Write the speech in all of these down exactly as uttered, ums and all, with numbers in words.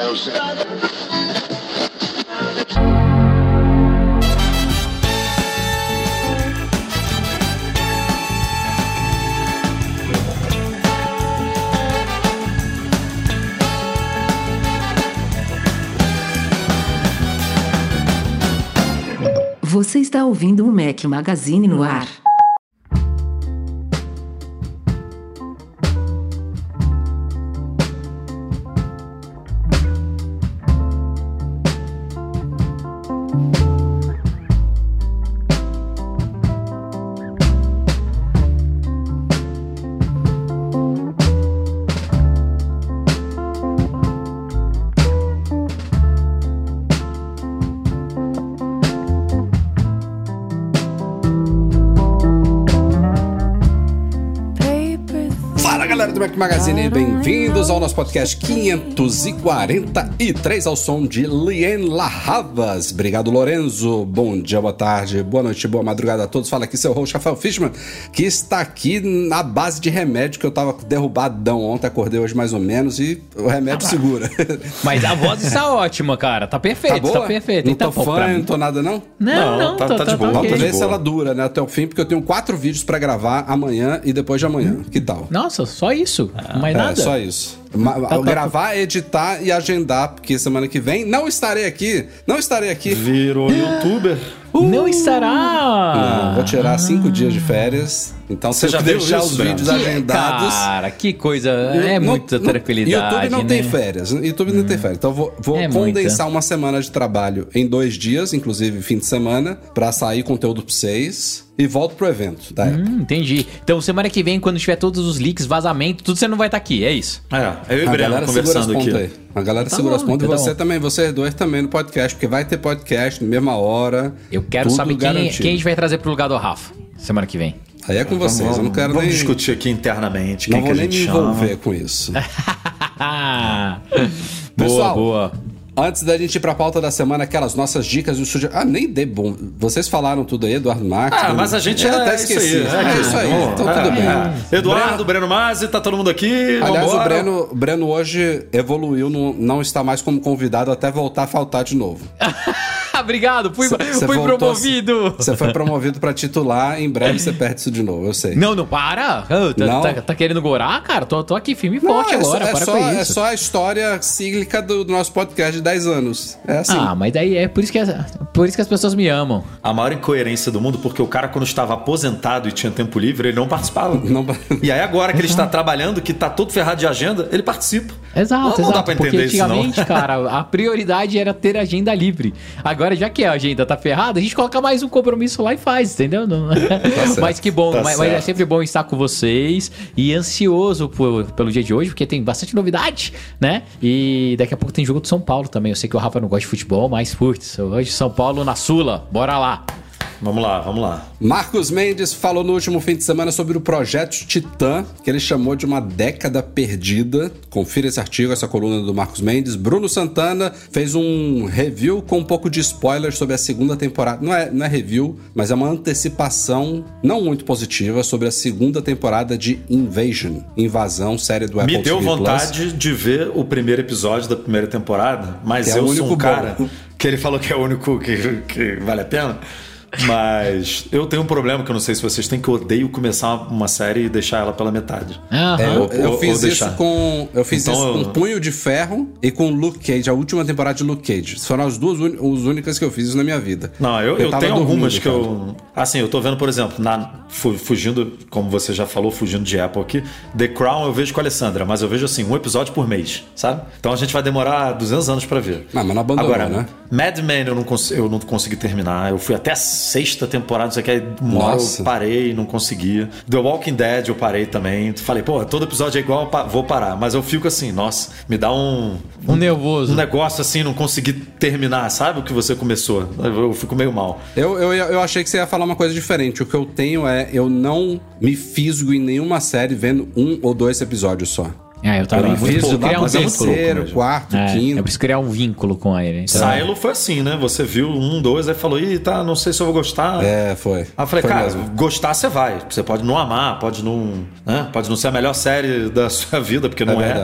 Você está ouvindo o Mac Magazine no ar. Do Mac Magazine, bem-vindos ao nosso podcast quinhentos e quarenta e três ao som de Liane La Havas. Obrigado, Lorenzo. Bom dia, boa tarde, boa noite, boa madrugada a todos. Fala aqui seu host, Rafael Fishman, que está aqui na base de remédio, que eu tava derrubadão ontem, acordei hoje mais ou menos e o remédio ah, segura. Mas a voz está ótima, cara. Tá perfeito, tá, tá perfeito. Não então, tô fã, não tô nada não? Não, não, não tá, tô, tá, tá de boa. Vamos tá ver okay. se ela dura, né, até o fim, porque eu tenho quatro vídeos pra gravar amanhã e depois de amanhã. Que tal? Nossa, só isso? Ah, mais é, nada? Só isso. Ma- tá, gravar, tá. editar e agendar, porque semana que vem não estarei aqui. Não estarei aqui. Virou youtuber. Uh, não estará! Não, vou tirar cinco dias de férias. Então você já deixar os isso, vídeos que, agendados. Cara, que coisa. É não, muita tranquilidade. YouTube não né? tem férias. YouTube não tem férias. Então vou, vou é condensar muita. uma semana de trabalho em dois dias, inclusive fim de semana, pra sair conteúdo pra vocês. E volto pro evento da época. Hum, entendi. Então semana que vem, quando tiver todos os leaks, vazamento, tudo você não vai estar aqui, é isso? É, eu e o Breno conversando aqui. Aí. A galera tá segura bom, as pontas. então E você tá também, vocês dois também no podcast, porque vai ter podcast na mesma hora. Eu quero saber quem, quem a gente vai trazer pro lugar do Rafa semana que vem. Aí é com vamos, vocês, eu não quero vamos nem... discutir aqui internamente não quem que a gente chama. Não vou nem me chama. envolver com isso. Pessoal, boa, boa. Antes da gente ir pra pauta da semana, aquelas nossas dicas do estúdio. Ah, nem dei bom. Vocês falaram tudo aí, Eduardo Marques. Ah, tudo... mas a gente eu é, até é esqueci. isso aí. É, é isso aí, Bom, então é, tudo bem. É. Eduardo, Breno, Breno Masi, tá todo mundo aqui. Aliás, vambora. o Breno, Breno hoje evoluiu, não, não está mais como convidado até voltar a faltar de novo. Obrigado, fui, cê, fui cê promovido. Você foi promovido pra titular, em breve você perde isso de novo, eu sei. Não, não, para. Oh, tá, não. Tá, tá querendo gorar, cara? Tô, tô aqui firme e forte não, é agora, só, é para só, com isso. É só a história cíclica do, do nosso podcast de dez anos. É assim. Ah, mas daí é por isso, que é por isso que as pessoas me amam. A maior incoerência do mundo, porque o cara, quando estava aposentado e tinha tempo livre, ele não participava. Não... E aí agora que ele está trabalhando, que tá todo ferrado de agenda, ele participa. Exato, não, exato. Não dá pra entender porque antigamente, isso, não. cara, a prioridade era ter agenda livre. Agora, já que a agenda tá ferrada, a gente coloca mais um compromisso lá e faz, entendeu? Não... Tá mas que bom, tá mas, mas é sempre bom estar com vocês e ansioso por, pelo dia de hoje, porque tem bastante novidade, né? E daqui a pouco tem jogo do São Paulo também. Eu sei que o Rafa não gosta de futebol, mas putz, hoje São Paulo na Sula, bora lá. Vamos lá, vamos lá. Marcos Mendes falou no último fim de semana sobre o projeto Titã, que ele chamou de uma década perdida. Confira esse artigo, essa coluna do Marcos Mendes. Bruno Santana fez um review com um pouco de spoilers sobre a segunda temporada. Não é, não é review, mas é uma antecipação não muito positiva sobre a segunda temporada de Invasion, Invasão, série do Apple Me deu T V vontade Plus. de ver o primeiro episódio da primeira temporada, mas Que é eu o sou único um cara bom. que ele falou que é o único que, que vale a pena. Mas eu tenho um problema que eu não sei se vocês têm, que eu odeio começar uma série e deixar ela pela metade. Aham. É, eu, Ou- eu ou- fiz ou isso deixar. com eu fiz Então isso eu- com Punho de Ferro e com Luke Cage, a última temporada de Luke Cage. Foram as duas un- as únicas que eu fiz isso na minha vida. Não, eu, eu, tava tenho dormindo, algumas que cara. eu... Assim, eu tô vendo, por exemplo, na, fu- fugindo, como você já falou, fugindo de Apple aqui, The Crown eu vejo com a Alessandra, mas eu vejo assim, um episódio por mês, sabe? Então a gente vai demorar duzentos anos pra ver. Ah, mas não abandonou, Agora, né? Mad Men eu não, cons- eu não consegui terminar. Eu fui até a sexta temporada, isso aqui aí uma hora Nossa. eu parei, não consegui. The Walking Dead eu parei também. Falei, pô, todo episódio é igual, pa- vou parar. Mas eu fico assim, nossa, me dá um... Um nervoso. Um negócio assim, não consegui terminar, sabe o que você começou? Eu, eu fico meio mal. Eu, eu, eu achei que você ia falar uma coisa diferente. O que eu tenho é, eu não me fisgo em nenhuma série vendo um ou dois episódios só. É, eu também. Eu me Muito fisgo pouco. lá Criar pro um mas é muito vínculo. louco terceiro, mesmo. quarto, É, quinto. eu preciso criar um vínculo com ele. Então... Silo foi assim, né? Você viu um, dois, aí falou, ih, tá, não sei se eu vou gostar. É, foi. Aí eu falei, Foi cara, mesmo. gostar você vai. Você pode não amar, pode não, né? Pode não ser a melhor série da sua vida, porque não É é. verdade.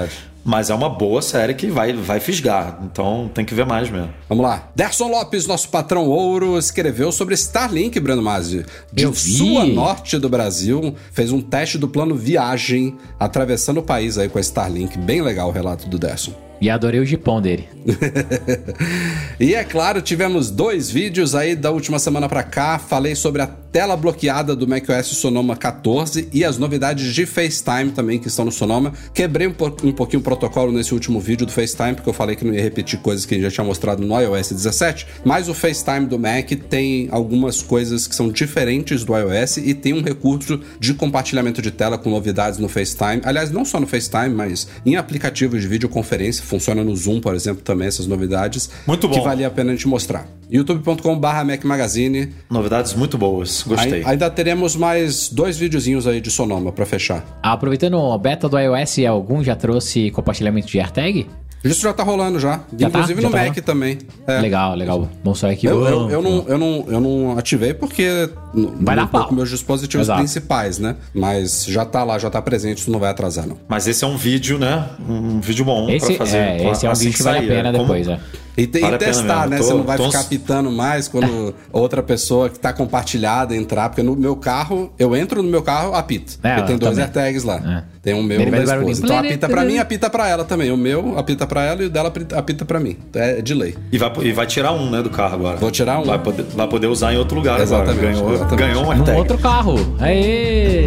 mas é uma boa série que vai, vai fisgar. Então tem que ver mais mesmo. Vamos lá. Derson Lopes, nosso patrão ouro, escreveu sobre Starlink, Breno Masi. De sul a norte do Brasil, fez um teste do plano Viagem, atravessando o país aí com a Starlink. Bem legal o relato do Derson. E adorei o jipão dele. E é claro, tivemos dois vídeos aí da última semana pra cá. Falei sobre a tela bloqueada do macOS Sonoma catorze e as novidades de FaceTime também que estão no Sonoma. Quebrei um, po- um pouquinho o protocolo nesse último vídeo do FaceTime, porque eu falei que não ia repetir coisas que a gente já tinha mostrado no iOS dezessete. Mas o FaceTime do Mac tem algumas coisas que são diferentes do iOS e tem um recurso de compartilhamento de tela com novidades no FaceTime. Aliás, não só no FaceTime, mas em aplicativos de videoconferência. Funciona no Zoom, por exemplo, também essas novidades. Muito bom. Que valia a pena a gente mostrar. youtube ponto com barra Mac Magazine. Novidades muito boas, gostei. Aí, ainda teremos mais dois videozinhos aí de Sonoma pra fechar. Aproveitando a beta do iOS, algum já trouxe compartilhamento de AirTag? Isso já tá rolando já. Já Inclusive tá? no Já tá Mac rolando? também. É. Legal, legal. Bom saber que Eu, eu, eu, não, eu, não, eu não ativei porque Vai não dar tô pau. com meus dispositivos Exato. principais, né? Mas já tá lá, já tá presente, isso não vai atrasar, não. Mas esse é um vídeo, né? Um vídeo bom Esse, pra fazer. é, esse é um assim vídeo que vale a sair, pena é. Como- depois, é. E, te- Vale e a pena testar, mesmo. né? Tô- Você não vai tô ficar ans- pitando mais quando outra pessoa que tá compartilhada entrar, porque no meu carro, eu entro no meu carro, apita. É, porque tem eu dois também. AirTags lá. É. Tem um meu e Ele um vai da dar barulhinho. esposa. Então apita pra mim, apita pra ela também. O meu apita pra ela e o dela apita- apita pra mim. É de lei. E vai, e vai tirar um, né, do carro agora. Vou tirar um. Vai poder, vai poder usar em outro lugar Exatamente, agora. Ganhou, exatamente. ganhou um Num AirTag. outro carro. Aê!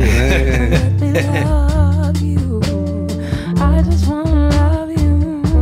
love you. I just wanna love you.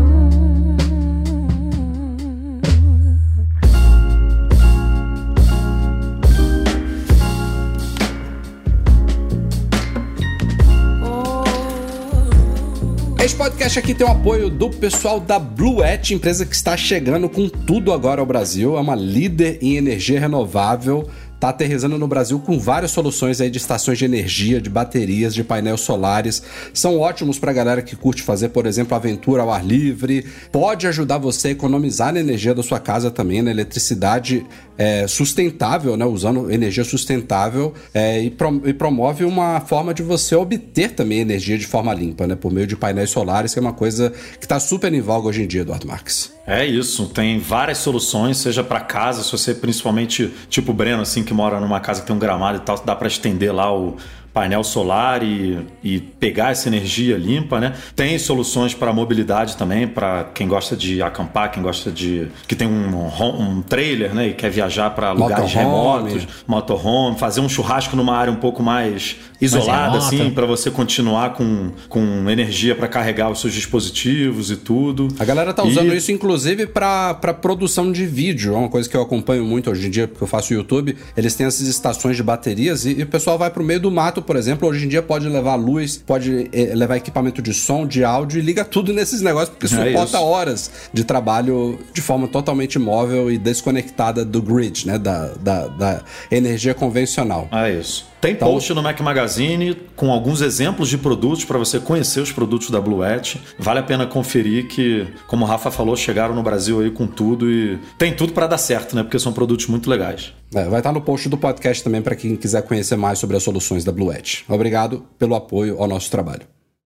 Esse podcast aqui tem o apoio do pessoal da Bluet, empresa que está chegando com tudo agora ao Brasil. É uma líder em energia renovável. Tá aterrissando no Brasil com várias soluções aí de estações de energia, de baterias, de painéis solares. São ótimos pra galera que curte fazer, por exemplo, aventura ao ar livre. Pode ajudar você a economizar na energia da sua casa também, na eletricidade é, sustentável, né? Usando energia sustentável é, e, pro, e promove uma forma de você obter também energia de forma limpa, né? Por meio de painéis solares, que é uma coisa que tá super em voga hoje em dia, Eduardo Marques. É isso, tem várias soluções, seja para casa, se você principalmente, tipo o Breno, assim, que mora numa casa que tem um gramado e tal, dá para estender lá o painel solar e, e pegar essa energia limpa, né? Tem soluções para mobilidade também, para quem gosta de acampar, quem gosta de... que tem um, um trailer, né? E quer viajar para lugares Motorhome. remotos, motorhome, fazer um churrasco numa área um pouco mais isolada, Mais remota. assim, para você continuar com, com energia para carregar os seus dispositivos e tudo. A galera tá usando E- isso, inclusive, pra, pra produção de vídeo. É uma coisa que eu acompanho muito hoje em dia, porque eu faço YouTube. Eles têm essas estações de baterias e, e o pessoal vai pro meio do mato, por exemplo. Hoje em dia pode levar luz, pode eh, levar equipamento de som, de áudio e liga tudo nesses negócios, porque É suporta isso. horas de trabalho de forma totalmente móvel e desconectada do grid, né? Da, da, da energia convencional. É isso. Tem Então- post no Mac Magazine com alguns exemplos de produtos para você conhecer os produtos da Bluet. Vale a pena conferir que, como o Rafa falou, chegaram no Brasil aí com tudo e tem tudo para dar certo, né? Porque são produtos muito legais. É, vai estar no post do podcast também para quem quiser conhecer mais sobre as soluções da Bluet. Obrigado pelo apoio ao nosso trabalho.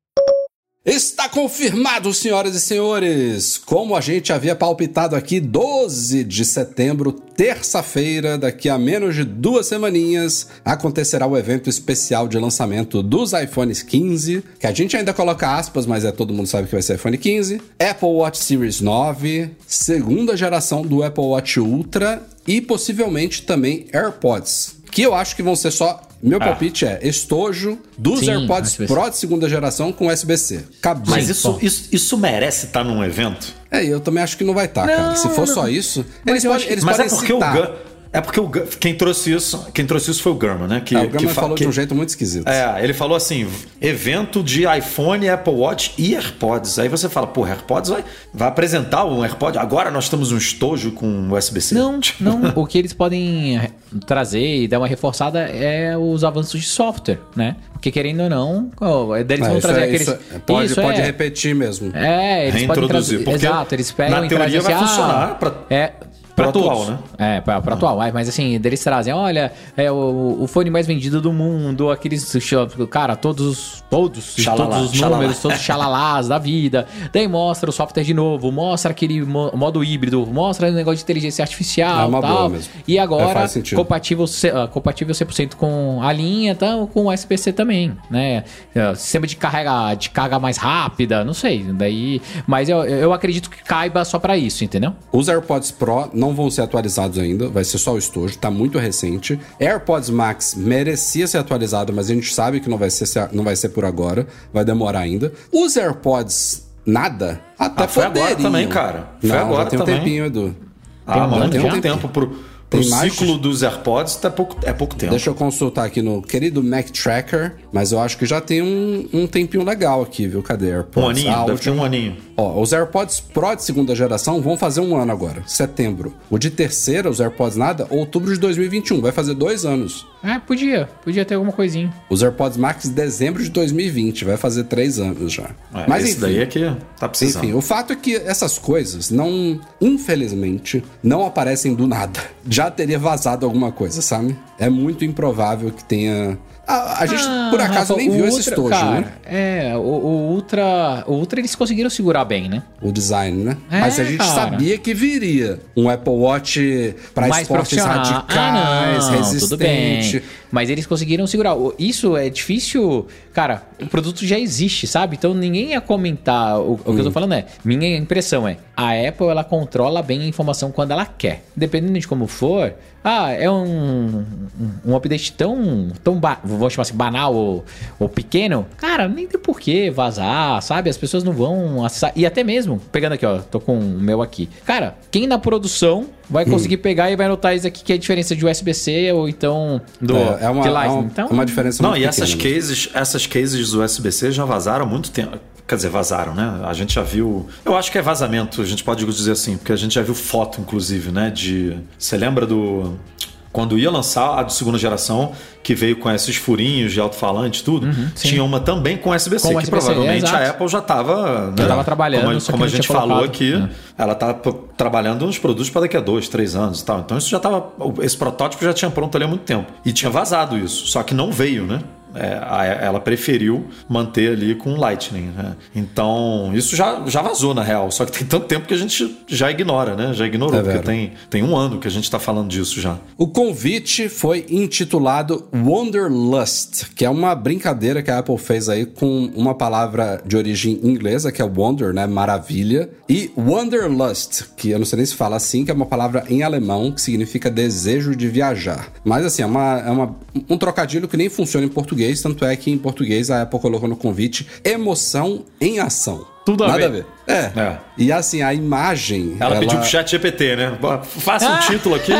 Está confirmado, senhoras e senhores! Como a gente havia palpitado aqui, doze de setembro, terça-feira, daqui a menos de duas semaninhas, acontecerá o evento especial de lançamento dos iPhones quinze, que a gente ainda coloca aspas, mas é todo mundo sabe que vai ser iPhone quinze, Apple Watch Series nove, segunda geração do Apple Watch Ultra e possivelmente também AirPods, que eu acho que vão ser só... Meu Ah. palpite é estojo dos Sim, AirPods U S B C. Pro de segunda geração com U S B C. Acabou. Mas Sim, isso, bom. isso, isso merece estar num evento? É, eu também acho que não vai estar, cara. Se for só isso, eles, eu podem, acho- eles Mas é podem porque citar. o Gun- é porque o Gun- quem trouxe isso, quem trouxe isso foi o Gurman, né? Que, É, o que Gurman fa- falou que- de um jeito muito esquisito. É, ele falou assim, evento de iPhone, Apple Watch e AirPods. Aí você fala, pô, AirPods vai, vai apresentar um AirPod. Agora nós temos um estojo com U S B C. Não, Tipo, não. O que eles podem trazer e dar uma reforçada é os avanços de software, né? Porque querendo ou não, ó, eles É, vão isso trazer é- aqueles... isso é- pode Isso, pode é. repetir mesmo. É, eles podem Reintroduzir, trazer... porque Exato, eles pegam na e trazem teoria vai assim, funcionar ah, pra- É, Pra Pro todos. atual, né? É, pra, pra atual. Mas, mas assim, deles trazem, olha, é o, o fone mais vendido do mundo, aqueles, cara, todos, todos, Xalala, todos os xalala. números, todos os xalalás da vida. Daí mostra o software de novo, mostra aquele mo- modo híbrido, mostra o negócio de inteligência artificial É e uma tal. boa mesmo. E É, agora, faz sentido. compatível, ce- ah, compatível cem por cento com a linha, tá, com o U S B C também, né? É, sistema de carga, de carga mais rápida, não sei. Daí, mas eu, eu acredito que caiba só pra isso, entendeu? Os AirPods Pro não vão ser atualizados ainda, vai ser só o estojo, tá muito recente. AirPods Max merecia ser atualizado, mas a gente sabe que não vai ser, não vai ser por agora, vai demorar ainda. Os AirPods nada, até Ah, foi agora poderiam. também, cara. Foi não, agora já tem um também. tempinho, Edu. Ah, Tem um mano, ano tem um já? tempo pro, pro Tem mais ciclo de- dos AirPods, tá pouco, é pouco tempo. Deixa eu consultar aqui no querido Mac Tracker, mas eu acho que já tem um, um tempinho legal aqui, viu? Cadê AirPods? Um aninho, Ah, deve ter último- um aninho. Ó, os AirPods Pro de segunda geração vão fazer um ano agora, setembro. O de terceira, os AirPods nada, outubro de dois mil e vinte e um, vai fazer dois anos. É, podia. Podia ter alguma coisinha. Os AirPods Max, dezembro de dois mil e vinte, vai fazer três anos já. É, Mas esse enfim, daí é que tá precisando. enfim, o fato é que essas coisas não, infelizmente, não aparecem do nada. Já teria vazado alguma coisa, sabe? É muito improvável que tenha... A, a gente, Ah, por acaso, Rafa, nem o viu esse Ultra, estojo, cara, né? É, o, o Ultra. O Ultra eles conseguiram segurar bem, né? O design, né? É, Mas a gente cara. sabia que viria um Apple Watch para Mais esportes profissional. radicais, Ah, não, resistente. tudo bem. Mas eles conseguiram segurar. O- Isso é difícil. Cara, o produto já existe, sabe? Então ninguém ia comentar. O, o que eu tô falando é, minha impressão é, a Apple ela controla bem a informação quando ela quer. Dependendo de como for, ah, é um, um, um update tão, tão ba- vamos chamar assim, banal ou, ou pequeno. Cara, nem tem por que vazar, sabe? As pessoas não vão acessar. E até mesmo, pegando aqui, ó, tô com o meu aqui. Cara, quem na produção vai conseguir pegar e vai notar isso aqui que é a diferença de U S B C ou então do É, é uma, de é Lightning. uma, Então, é uma diferença Não, muito e essas pequena. cases, essas cases U S B C já vazaram há muito tempo. Quer dizer, vazaram, né? A gente já viu. Eu acho que é vazamento, a gente pode dizer assim, porque a gente já viu foto, inclusive, né? De. Você lembra do. Quando ia lançar a de segunda geração, que veio com esses furinhos de alto-falante e tudo, sim. tinha uma também com U S B C, Com que U S B C, provavelmente exato. a Apple já estava. Já tava trabalhando, Como, a- só que como a não gente tinha falou colocado. aqui, É. ela tá p- trabalhando nos produtos para daqui a dois, três anos e tal. Então isso já estava. Esse protótipo já tinha pronto ali há muito tempo. E tinha vazado isso, só que não veio, né? É, a- ela preferiu manter ali com Lightning, né? Então, isso já, já vazou na real. Só que tem tanto tempo que a gente já ignora, né? Já ignorou, É porque verdade. tem, tem um ano que a gente tá falando disso já. O convite foi intitulado Wanderlust, que é uma brincadeira que a Apple fez aí com uma palavra de origem inglesa, que é wonder, né? Maravilha. E Wanderlust, que eu não sei nem se fala assim, que é uma palavra em alemão que significa desejo de viajar. Mas assim, é, uma, é uma, um trocadilho que nem funciona em português, tanto é que em português a Apple colocou no convite emoção em ação. Tudo a Nada ver. a ver. É. É. E assim, a imagem... Ela, pediu pro chat G P T, né? Faça um título aqui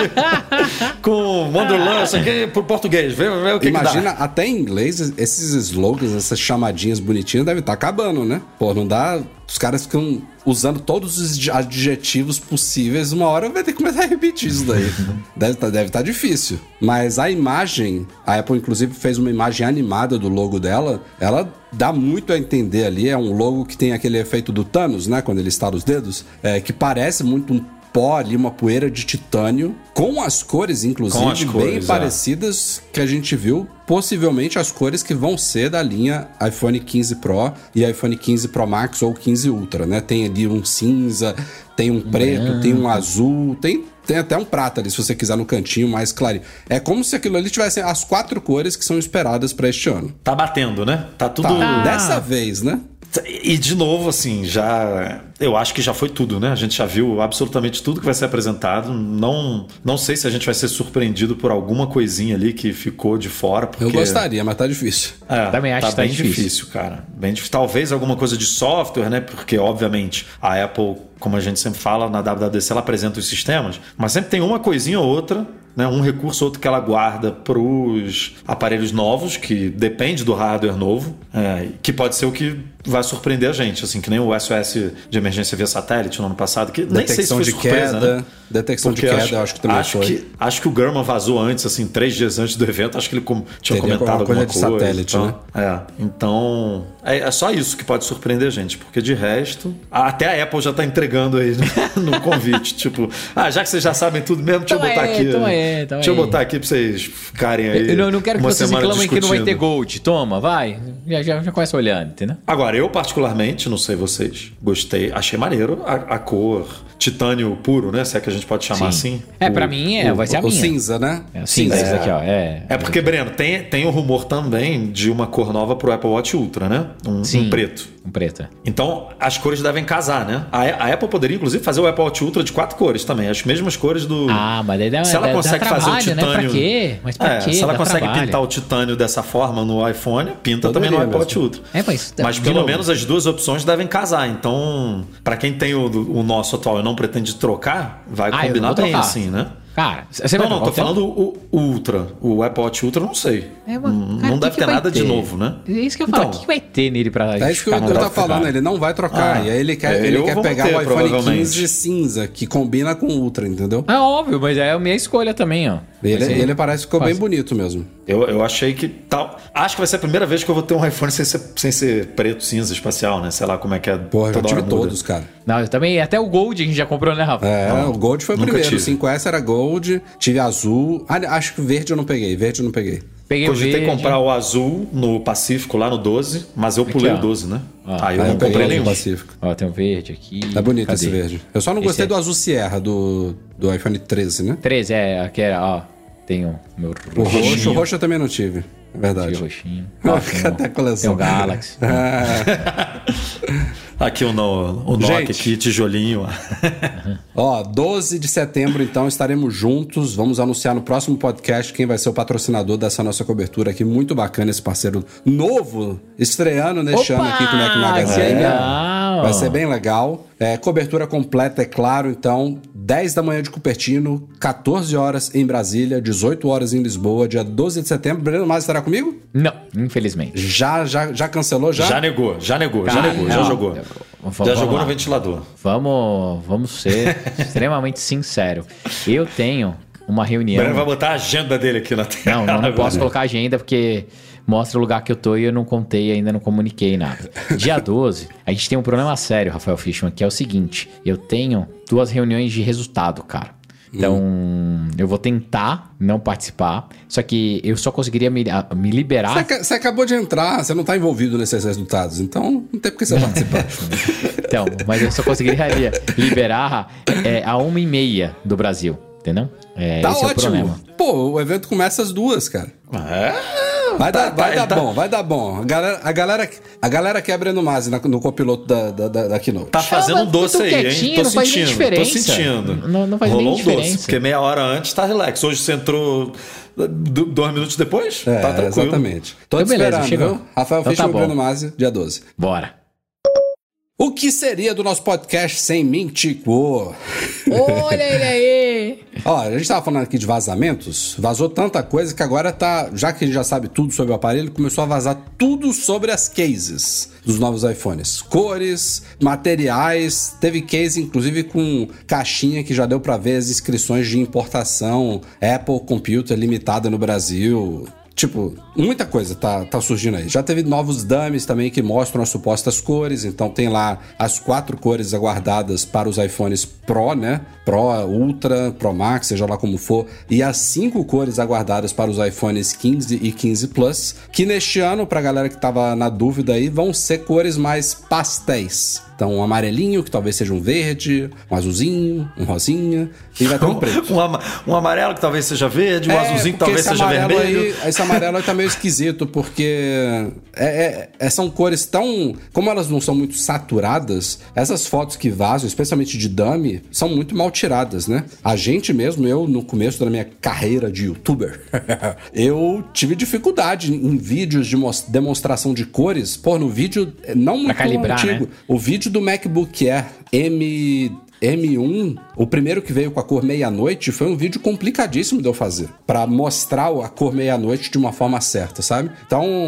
com Wanderlust aqui pro português. Vê, vê o que Imagina, que dá. até em inglês, esses slogans, essas chamadinhas bonitinhas devem estar acabando, né? Pô, não dá... Os caras ficam usando todos os adjetivos possíveis. Uma hora vai ter que começar a repetir isso daí. deve estar deve tá difícil. Mas a imagem... A Apple, inclusive, fez uma imagem animada do logo dela. Ela dá muito a entender ali. É um logo que tem aquele efeito do Thanos, né? Quando ele estala os dedos. É, que parece muito um pó ali, uma poeira de titânio, com as cores, inclusive, Com as bem cores, é. parecidas que a gente viu, possivelmente as cores que vão ser da linha iPhone quinze Pro e iPhone quinze Pro Max ou quinze Ultra, né? Tem ali um cinza, tem um preto, tem um azul, tem, tem até um prata ali, se você quiser, no cantinho mais clarinho. É como se aquilo ali tivesse as quatro cores que são esperadas para este ano. Tá batendo, né? Tá tudo... Tá, dessa vez, né? E de novo, assim, já. Eu acho que já foi tudo, né? A gente já viu absolutamente tudo que vai ser apresentado. Não, não sei se a gente vai ser surpreendido por alguma coisinha ali que ficou de fora. Porque... Eu gostaria, mas tá difícil. É, Também acho tá que tá bem difícil. difícil, cara. Bem difícil. Talvez alguma coisa de software, né? Porque, obviamente, a Apple, como a gente sempre fala, na W W D C ela apresenta os sistemas, mas sempre tem uma coisinha ou outra, né? Um recurso ou outro que ela guarda para os aparelhos novos, que depende do hardware novo, é, que pode ser o que vai surpreender a gente, assim, que nem o S O S de emergência emergência via satélite no ano passado, que nem sei se Detecção foi de surpresa, queda. né? Detecção Porque de queda, acho, eu acho que também acho foi. Que, acho que o Gurman vazou antes, assim, três dias antes do evento. Acho que ele com, tinha Teria comentado alguma coisa alguma de coisa. satélite, então, né? É, então... É, é só isso que pode surpreender a gente, porque de resto... Até a Apple já tá entregando aí no, no convite. Tipo, ah, já que vocês já sabem tudo mesmo, deixa Então eu botar é, aqui. então é, então deixa eu é. botar aqui pra vocês ficarem aí. Eu não, eu não quero que uma vocês semana reclamem que não vai ter discutindo. Gold. Toma, vai. Já, já, já começa olhando, entendeu? Agora, eu particularmente, não sei vocês, gostei, achei maneiro a, a cor titânio puro, né? Se é que a gente pode chamar Sim. assim. É, O- pra mim, é, vai ser a O minha. cinza, né? É, cinza, esse aqui, ó. É, É porque, Breno, tem, tem o rumor também de uma cor nova pro Apple Watch Ultra, né? Um, Sim. um preto. um preto. Então, as cores devem casar, né? A, a Apple poderia, inclusive, fazer o Apple Watch Ultra de quatro cores também. As mesmas cores do... Ah, mas daí dá, se ela dá, consegue dá fazer trabalho, o titânio... né? Pra quê? Mas pra é, quê? se ela Dá consegue trabalho. pintar o titânio dessa forma no iPhone, pinta Poderia também no Apple Watch mesmo. Ultra. É, mas, Mas de pelo novo, menos as duas opções devem casar. Então, pra quem tem o, o nosso atual e não pretende trocar, vai Ah, eu combinar não vou bem trocar. assim, né? Cara, você Não, vai não, tô trocar o teu? falando o, o Ultra. O Apple Watch Ultra, eu não sei. É, mas, Não- cara, não que deve que ter vai nada de ter? novo, né? É isso que eu falo. Então, O que, que vai ter nele pra É isso que eu, ficar no eu tô deve falando, trocar? ele não vai trocar. Ah, e aí ele quer, é, ele eu quer vou pegar manter, o iPhone provavelmente. quinze cinza, que combina com o Ultra, entendeu? É óbvio, mas é a minha escolha também, ó. Ele, Vai ser- ele parece que ficou bem Fácil. bonito mesmo. Eu, eu achei que tal. Acho que vai ser a primeira vez que eu vou ter um iPhone sem ser, sem ser preto, cinza, espacial, né? Sei lá como é que é. Porra, eu toda tive hora muda. todos, cara. Não, eu também. Até o Gold a gente já comprou, né, Rafa? É, Não, o Gold foi o nunca primeiro. tive. O cinco S era Gold, tive azul. Ah, acho que o verde eu não peguei. Verde eu não peguei. Peguei o Cogitei verde. comprar o azul no Pacífico, lá no doze, mas eu pulei ó. o doze, né? Ah. Aí eu Aí não eu peguei comprei o nenhum. Pacífico. Ó, tem o verde aqui. Tá bonito Cadê? esse verde. Eu só não Esse gostei é- do azul Sierra, do, do iPhone treze, né? treze, é, aqui é, ó. Tem o meu O roxo, o roxinho. roxo eu também não tive. É verdade. Tive roxinho. Ó, Ó, tem, cadê a o, coleção? tem o Galaxy. Aqui o, no, o Nokia, Gente. aqui, tijolinho. Ó, doze de setembro, então, estaremos juntos. Vamos anunciar no próximo podcast quem vai ser o patrocinador dessa nossa cobertura aqui. Muito bacana esse parceiro novo, estreando neste Opa, ano aqui com o Mac que Magazine. legal. Vai ser bem legal. É, cobertura completa, é claro. Então, dez da manhã de Cupertino, quatorze horas em Brasília, dezoito horas em Lisboa, dia doze de setembro. Breno Mas estará comigo? Não, infelizmente. Já, já, já cancelou? Já? Já negou, já negou, já Cara, negou, já não. jogou. Vamos- Já vamos jogou lá. no ventilador. Vamos, vamos ser extremamente sincero. Eu tenho uma O reunião. Breno vai botar a agenda dele aqui na tela. Não, não, não agora. posso colocar agenda porque mostra o lugar que eu tô e eu não contei ainda, não comuniquei nada. Dia doze, a gente tem um problema sério, Rafael Fishman, que é o seguinte: eu tenho duas reuniões de resultado, cara. Então, eu vou tentar não participar, só que eu só conseguiria me, a- me Você, liberar. aca- você acabou de entrar, você não tá envolvido nesses resultados, então não tem por que você participar. Então, mas eu só conseguiria liberar é, a uma e meia do Brasil, entendeu? É, Tá esse é o ótimo. problema. Pô, o evento começa às duas, cara. É? Vai Tá- dar, vai tá- dar tá- bom, vai dar bom. A galera, a galera, a galera quebra no Mase na- no copiloto da, da, da, da Keynote. Tá fazendo mas um doce tô aí, hein? quietinho, Tô não faz nem sentindo, tô diferença. sentindo. Não- não faz Rolou nem um diferença. doce, porque meia hora antes tá relax. Hoje você entrou do- dois minutos depois? É, tá tranquilo. exatamente. Tô Então, te beleza, esperando, chegou. viu? Rafael Então Fishman tá e Bruno bom. Masi, dia doze. Bora. O que seria do nosso podcast sem Mintico? Olha ele aí! Ó, a gente tava falando aqui de vazamentos, vazou tanta coisa que agora tá, já que a gente já sabe tudo sobre o aparelho, começou a vazar tudo sobre as cases dos novos iPhones. Cores, materiais, teve case inclusive com caixinha que já deu pra ver as inscrições de importação, Apple Computer limitada no Brasil. Tipo, muita coisa tá, tá surgindo aí. Já teve novos dummies também que mostram as supostas cores. Então tem lá as quatro cores aguardadas para os iPhones Pro, né? Pro, Ultra, Pro Max, seja lá como for. E as cinco cores aguardadas para os iPhones quinze e quinze Plus. Que neste ano, pra galera que tava na dúvida aí, vão ser cores mais pastéis. Então um amarelinho, que talvez seja um verde, um azulzinho, um rosinha. E vai ter um preto. Um, ama- um amarelo que talvez seja verde, um É, azulzinho que porque talvez esse seja amarelo vermelho. Aí, esse amarelo aí tá meio esquisito, porque é, é- é- são cores tão... Como elas não são muito saturadas, essas fotos que vazam, especialmente de dummy, são muito mal tiradas, né? A gente mesmo, eu, no começo da minha carreira de youtuber, eu tive dificuldade em vídeos de mos- demonstração de cores. Pô, no vídeo, não muito calibrar, antigo. né? O vídeo do MacBook Air M... M um, o primeiro que veio com a cor meia-noite, foi um vídeo complicadíssimo de eu fazer, pra mostrar a cor meia-noite de uma forma certa, sabe? Então,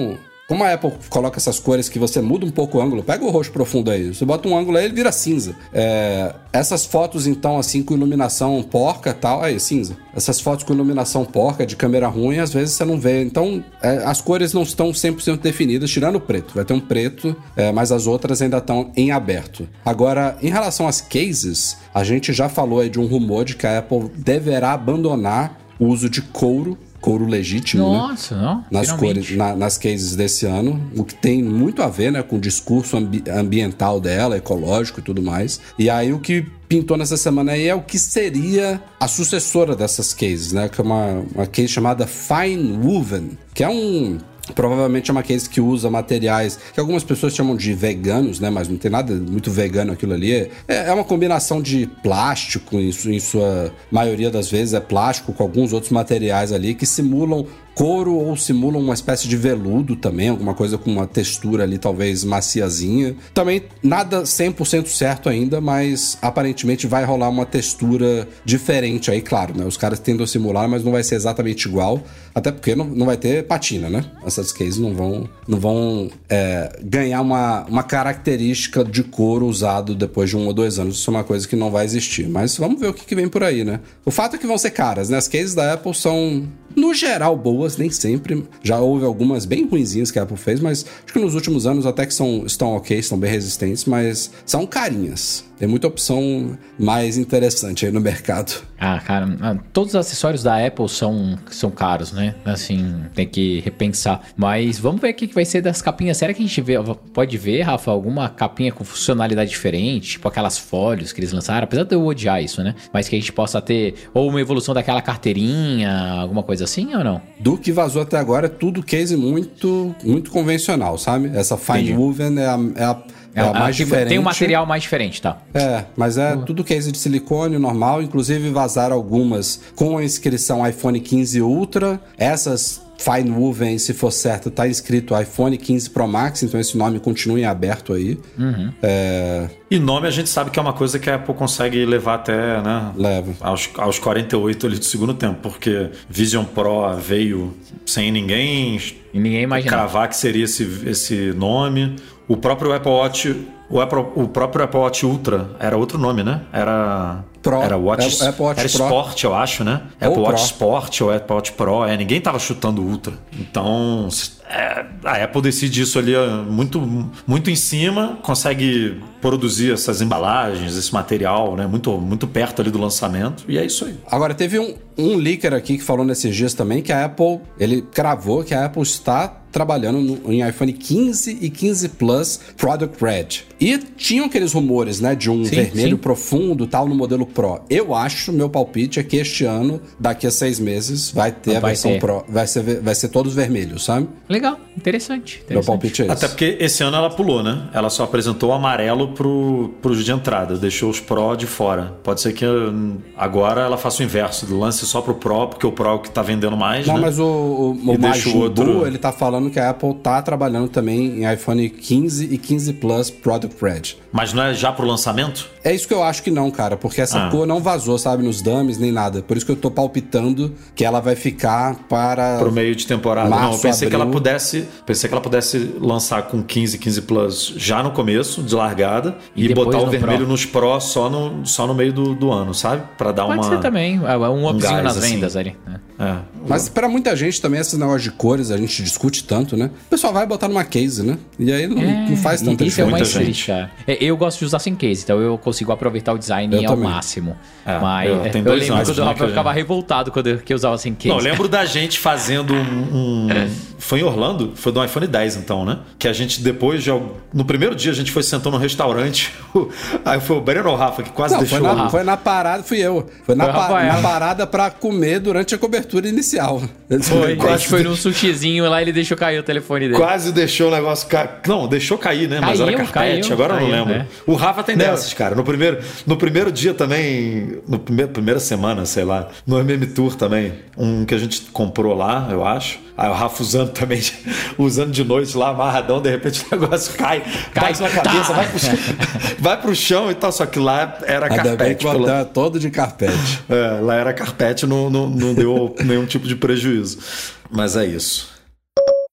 como a Apple coloca essas cores que você muda um pouco o ângulo, pega o roxo profundo aí, você bota um ângulo aí, ele vira cinza. É, essas fotos, então, assim, com iluminação porca e tal, aí, cinza. Essas fotos com iluminação porca, de câmera ruim, às vezes você não vê. Então, é, as cores não estão cem por cento definidas, tirando o preto. Vai ter um preto, é, mas as outras ainda estão em aberto. Agora, em relação às cases, a gente já falou aí de um rumor de que a Apple deverá abandonar o uso de couro, couro legítimo, Nossa, né? não, Nas finalmente. cores, na, nas cases desse ano, o que tem muito a ver, né, com o discurso ambi- ambiental dela, ecológico e tudo mais. E aí o que pintou nessa semana aí é o que seria a sucessora dessas cases, né, que é uma, uma case chamada Fine Woven, que é um... provavelmente é uma case que usa materiais que algumas pessoas chamam de veganos, né? Mas não tem nada muito vegano aquilo ali. É, é uma combinação de plástico, em, su- em sua maioria das vezes é plástico, com alguns outros materiais ali que simulam couro ou simulam uma espécie de veludo também, alguma coisa com uma textura ali talvez maciazinha. Também nada cem por cento certo ainda, mas aparentemente vai rolar uma textura diferente aí, claro, né? Os caras tentam a simular, mas não vai ser exatamente igual, até porque não, não vai ter patina, né? Essas cases não vão, não vão é, ganhar uma, uma característica de couro usado depois de um ou dois anos. Isso é uma coisa que não vai existir, mas vamos ver o que, que vem por aí, né? O fato é que vão ser caras, né? As cases da Apple são, no geral, boas, nem sempre. Já houve algumas bem ruinzinhas que a Apple fez, mas acho que nos últimos anos até que são, estão ok, estão bem resistentes, mas são carinhas. Tem muita opção mais interessante aí no mercado. Ah, cara, ah, todos os acessórios da Apple são, são caros, né? Assim, tem que repensar. Mas vamos ver o que que vai ser das capinhas. Será que a gente vê, pode ver, Rafa, alguma capinha com funcionalidade diferente? Tipo aquelas fólios que eles lançaram, apesar de eu odiar isso, né? Mas que a gente possa ter ou uma evolução daquela carteirinha, alguma coisa assim ou não? Do que vazou até agora é tudo case muito, muito convencional, sabe? Essa Fine Entendi. Woven é a, é a, é a mais diferente. Tem um material mais diferente, tá? É, mas é tudo case de silicone normal, inclusive vazaram algumas com a inscrição iPhone quinze Ultra. Essas Fine Woven, se for certo, tá escrito iPhone quinze Pro Max, então esse nome continua em aberto aí. Uhum. É, E nome a gente sabe que é uma coisa que a Apple consegue levar até, né? leva. Aos, aos quarenta e oito ali do segundo tempo, porque Vision Pro veio sem ninguém E ninguém imagina. cravar que seria esse, esse nome. O próprio Apple Watch, o, Apple, o próprio Apple Watch Ultra era outro nome, né? Era Pro. Era Watch, Apple Watch era Pro. Sport, eu acho, né? Ou Apple Watch Pro. Sport ou Apple Watch Pro. É, ninguém tava chutando Ultra. Então, é, a Apple decide isso ali muito, muito em cima, consegue produzir essas embalagens, esse material, né? Muito, muito perto ali do lançamento. E é isso aí. Agora, teve um, um leaker aqui que falou nesses dias também que a Apple, ele cravou que a Apple está trabalhando no, em iPhone quinze e quinze Plus Product Red. E tinham aqueles rumores, né, de um Sim, vermelho sim. profundo tal no modelo Pro. Eu acho, meu palpite é que este ano, daqui a seis meses, vai ter Não a vai versão ter. Pro. Vai ser, vai ser todos vermelhos, sabe? Legal, interessante. Meu interessante. palpite é esse. Até porque esse ano ela pulou, né? Ela só apresentou o amarelo pro, pros de entrada, deixou os Pro de fora. Pode ser que hum, agora ela faça o inverso, lance só pro Pro, porque o Pro é o que tá vendendo mais, Não, né? mas o, o, o E deixa o Majin Buu, outro- ele tá falando que a Apple tá trabalhando também em iPhone quinze e quinze Plus Product Red. Mas não é já pro lançamento? É isso que eu acho que não, cara, porque essa Ah. cor não vazou, sabe, nos dummies nem nada. Por isso que eu tô palpitando que ela vai ficar para... Pro meio de temporada. Março, não, eu pensei que ela abril. pudesse. Pensei que ela pudesse lançar com quinze, quinze Plus já no começo, de largada, E e, depois botar o no vermelho Pro. nos Pro só no, só no meio do, do ano, sabe? Pra dar Pode uma. ser também, é um upzinho gás, nas assim. vendas ali. Né? É. Mas pra muita gente também, esses negócios de cores, a gente discute tanto, né? O pessoal vai botar numa case, né? E aí não, não faz tanta Isso é o Muita mais gente. triste, cara. É, Eu gosto de usar sem case, então eu consigo aproveitar o design Eu ao também. máximo. É, Mas eu- é, tem eu dois lembro anos, quando o né, Rafael que ficava eu- revoltado quando eu, que eu usava sem case. Não, eu lembro da gente fazendo um, um- Foi em Orlando? Foi do iPhone dez, então, né? Que a gente depois de. al- No primeiro dia a gente foi sentou no restaurante. Aí foi o Breno ou o Rafa que quase Não, deixou. foi na, Rafa. foi na parada, fui eu. Foi na, Foi o pa- Rafael. na parada pra comer durante a cobertura inicial. Foi, a Quase gente foi num sushizinho lá e ele deixou cair o telefone dele. Quase deixou o negócio cair. Não, deixou cair, né? Mas Caiu, era carpete, caiu, agora eu não caiu, lembro. é. O Rafa tem dessas, cara. No primeiro, no primeiro dia também, no primeiro, primeira semana, sei lá, no M M Tour também, um que a gente comprou lá, eu acho. Aí o Rafa usando também, usando de noite lá, amarradão, de repente o negócio cai, Cai, bate na cabeça, tá. vai pro, chão, vai pro chão e tal. Só que lá era Ainda bem carpete. que o pelo- hotel é todo de carpete. É, lá era carpete, não, não, não deu nenhum tipo de prejuízo. Mas é isso.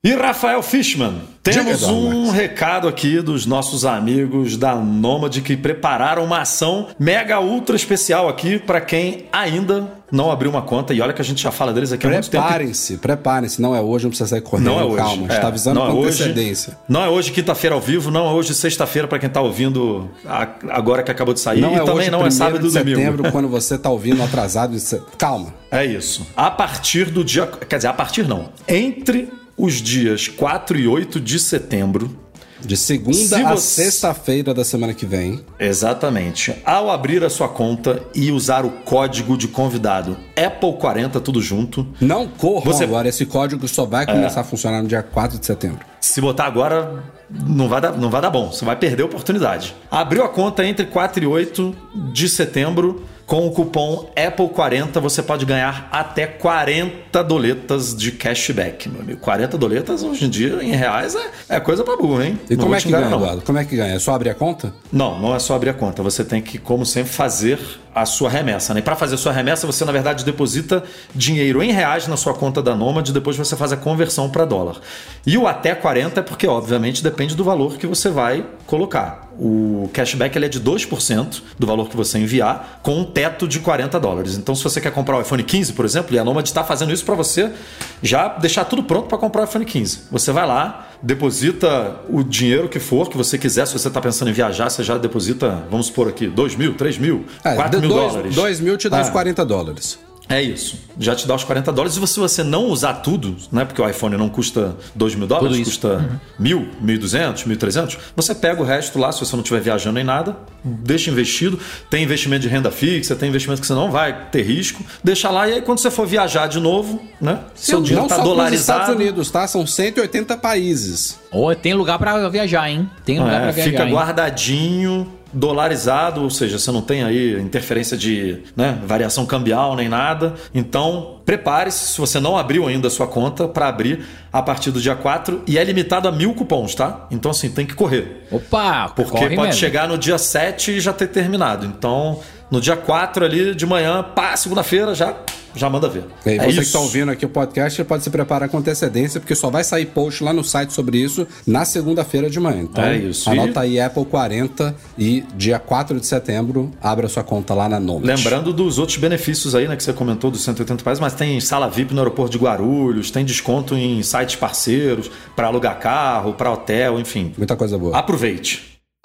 E Rafael Fishman, temos Diga, um Marcos. recado aqui dos nossos amigos da Nômade que prepararam uma ação mega ultra especial aqui para quem ainda não abriu uma conta. E olha que a gente já fala deles aqui há muito tempo. Preparem-se, preparem-se. Não é hoje, não precisa sair correndo. Não é hoje. Calma, a gente É, tá avisando não com é hoje. antecedência. Não é hoje quinta-feira ao vivo, não é hoje sexta-feira para quem tá ouvindo a- agora que acabou de sair. Não e é também hoje, não é sábado e primeiro de domingo. setembro, quando você tá ouvindo atrasado. Calma. É isso. A partir do dia... Quer dizer, a partir não. Entre os dias quatro e oito de setembro... De segunda Se a você- sexta-feira da semana que vem. Exatamente. Ao abrir a sua conta e usar o código de convidado Apple quarenta, tudo junto... Não corram Você- agora. Esse código só vai começar a funcionar no dia quatro de setembro. Se botar agora, não vai dar, não vai dar bom. Você vai perder a oportunidade. Abriu a conta entre quatro e oito de setembro... Com o cupom Apple quarenta, você pode ganhar até quarenta doletas de cashback, meu amigo. quarenta doletas, hoje em dia, em reais, é, é coisa pra burro, hein? E Não como vou é te que enganar, ganha, não. Eduardo? Como é que ganha? É só abrir a conta? Não, não é só abrir a conta. Você tem que, como sempre, fazer a sua remessa, né? E para fazer a sua remessa, você, na verdade, deposita dinheiro em reais na sua conta da Nômade, depois você faz a conversão para dólar. E o até quarenta é porque, obviamente, depende do valor que você vai colocar. O cashback ele é de dois por cento do valor que você enviar, com um teto de quarenta dólares. Então, se você quer comprar o iPhone quinze, por exemplo, e a Nômade está fazendo isso para você já deixar tudo pronto para comprar o iPhone quinze. Você vai lá, deposita o dinheiro que for, que você quiser. Se você está pensando em viajar, você já deposita, vamos supor aqui, dois mil, três mil, quatro mil dois, dólares. dois mil te dá Ah. os quarenta dólares. É isso. Já te dá os quarenta dólares. E se você não usar tudo, né? Porque o iPhone não custa dois mil dólares, Tudo isso. custa mil, mil e duzentos, mil e trezentos. Você pega o resto lá, se você não estiver viajando nem nada, deixa investido. Tem investimento de renda fixa, tem investimento que você não vai ter risco. Deixa lá e aí quando você for viajar de novo, né? Seu Não, dinheiro não está só para os dolarizado. Estados Unidos, tá? São cento e oitenta países. Ou tem lugar pra viajar, hein? Tem lugar É, pra viajar, fica hein? guardadinho, dolarizado, ou seja, você não tem aí interferência de né, variação cambial nem nada. Então, prepare-se, se você não abriu ainda a sua conta, para abrir a partir do dia quatro e é limitado a mil cupons, tá? Então, assim, tem que correr. Opa, Porque corre pode mesmo. chegar no dia sete e já ter terminado. Então, no dia quatro ali de manhã, pá, segunda-feira, já, já manda ver. E aí, é você isso. que está ouvindo aqui o podcast pode se preparar com antecedência, porque só vai sair post lá no site sobre isso na segunda-feira de manhã. Então, É isso. anota aí Apple quarenta e dia quatro de setembro, abra sua conta lá na Nômade. Lembrando dos outros benefícios aí, né, que você comentou dos cento e oitenta países, mas tem sala V I P no aeroporto de Guarulhos, tem desconto em sites parceiros, para alugar carro, para hotel, enfim. Muita coisa boa. Aproveite.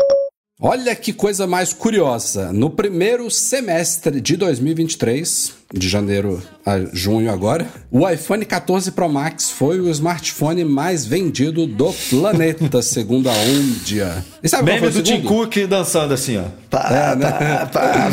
Olha que coisa mais curiosa. No primeiro semestre de dois mil e vinte e três, de janeiro a junho agora, o iPhone quatorze Pro Max foi o smartphone mais vendido do planeta, segundo a Omdia. E sabe qual foi Meme o do Tim segundo? Cook dançando assim, ó. Pá, É, né? pá,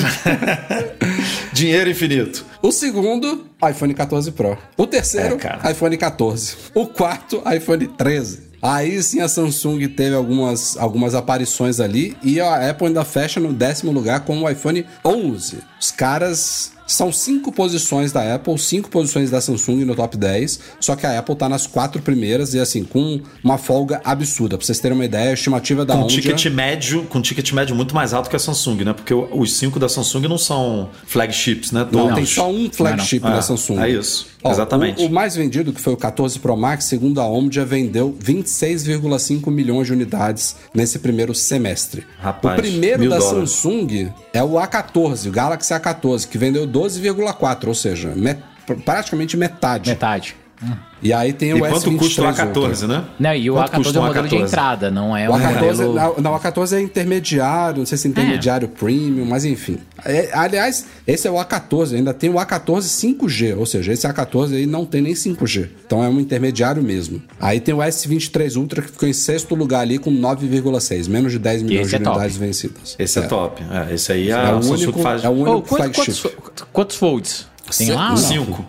pá. Dinheiro infinito. O segundo, iPhone quatorze Pro. O terceiro, É, cara. iPhone quatorze. O quarto, iPhone treze. Aí sim a Samsung teve algumas, algumas aparições ali e a Apple ainda fecha no décimo lugar com o iPhone onze. Os caras... São cinco posições da Apple, cinco posições da Samsung no top dez, só que a Apple tá nas quatro primeiras e assim, com uma folga absurda. Pra vocês terem uma ideia, a estimativa da Com Omdia... ticket médio, com ticket médio muito mais alto que a Samsung, né? Porque o- os cinco da Samsung não são flagships, né? Não, Todos. tem só um flagship Não, não. da É, Samsung. é isso, Ó, exatamente. O, o mais vendido, que foi o quatorze Pro Max, segundo a Omdia, vendeu vinte e seis vírgula cinco milhões de unidades nesse primeiro semestre. Rapaz, o primeiro mil da dólares. Samsung é o A quatorze, o Galaxy A quatorze, que vendeu doze vírgula quatro, ou seja, met- praticamente metade. Metade. E aí tem E o quanto S vinte e três custa o A quatorze, Ultra. né? Não, e o Quanto A quatorze custa é um um modelo de A quatorze? entrada, não é O um A quatorze, modelo... não, não, o A quatorze é intermediário, não sei se é intermediário premium, mas enfim. É, aliás, esse é o A quatorze, ainda tem o A quatorze cinco G, ou seja, esse A quatorze aí não tem nem cinco G. Então é um intermediário mesmo. Aí tem o S vinte e três Ultra que ficou em sexto lugar ali com nove vírgula seis, menos de dez milhões esse de é top. unidades vencidas. Esse é, top. É, esse aí a É o Samsung único, faz é o único Ô, quanto- flagship. quantos, quantos folds? Tem Cê- lá? não. cinco.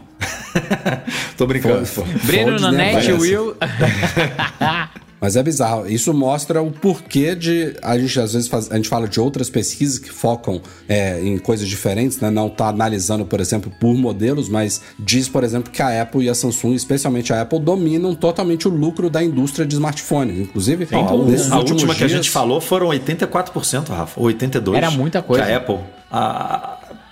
Tô brincando. Fo- Breno, Folds, né, Nanete, parece. Will... Mas é bizarro. Isso mostra o porquê de... A gente, às vezes, faz, a gente fala de outras pesquisas que focam é, em coisas diferentes, né? Não tá analisando, por exemplo, por modelos, mas diz, por exemplo, que a Apple e a Samsung, especialmente a Apple, dominam totalmente o lucro da indústria de smartphones. Inclusive, Ó, a nesses a últimos última que a dias- gente falou foram oitenta e quatro por cento, Rafa. Ou oitenta e dois por cento. Era muita coisa. Que a Apple... A,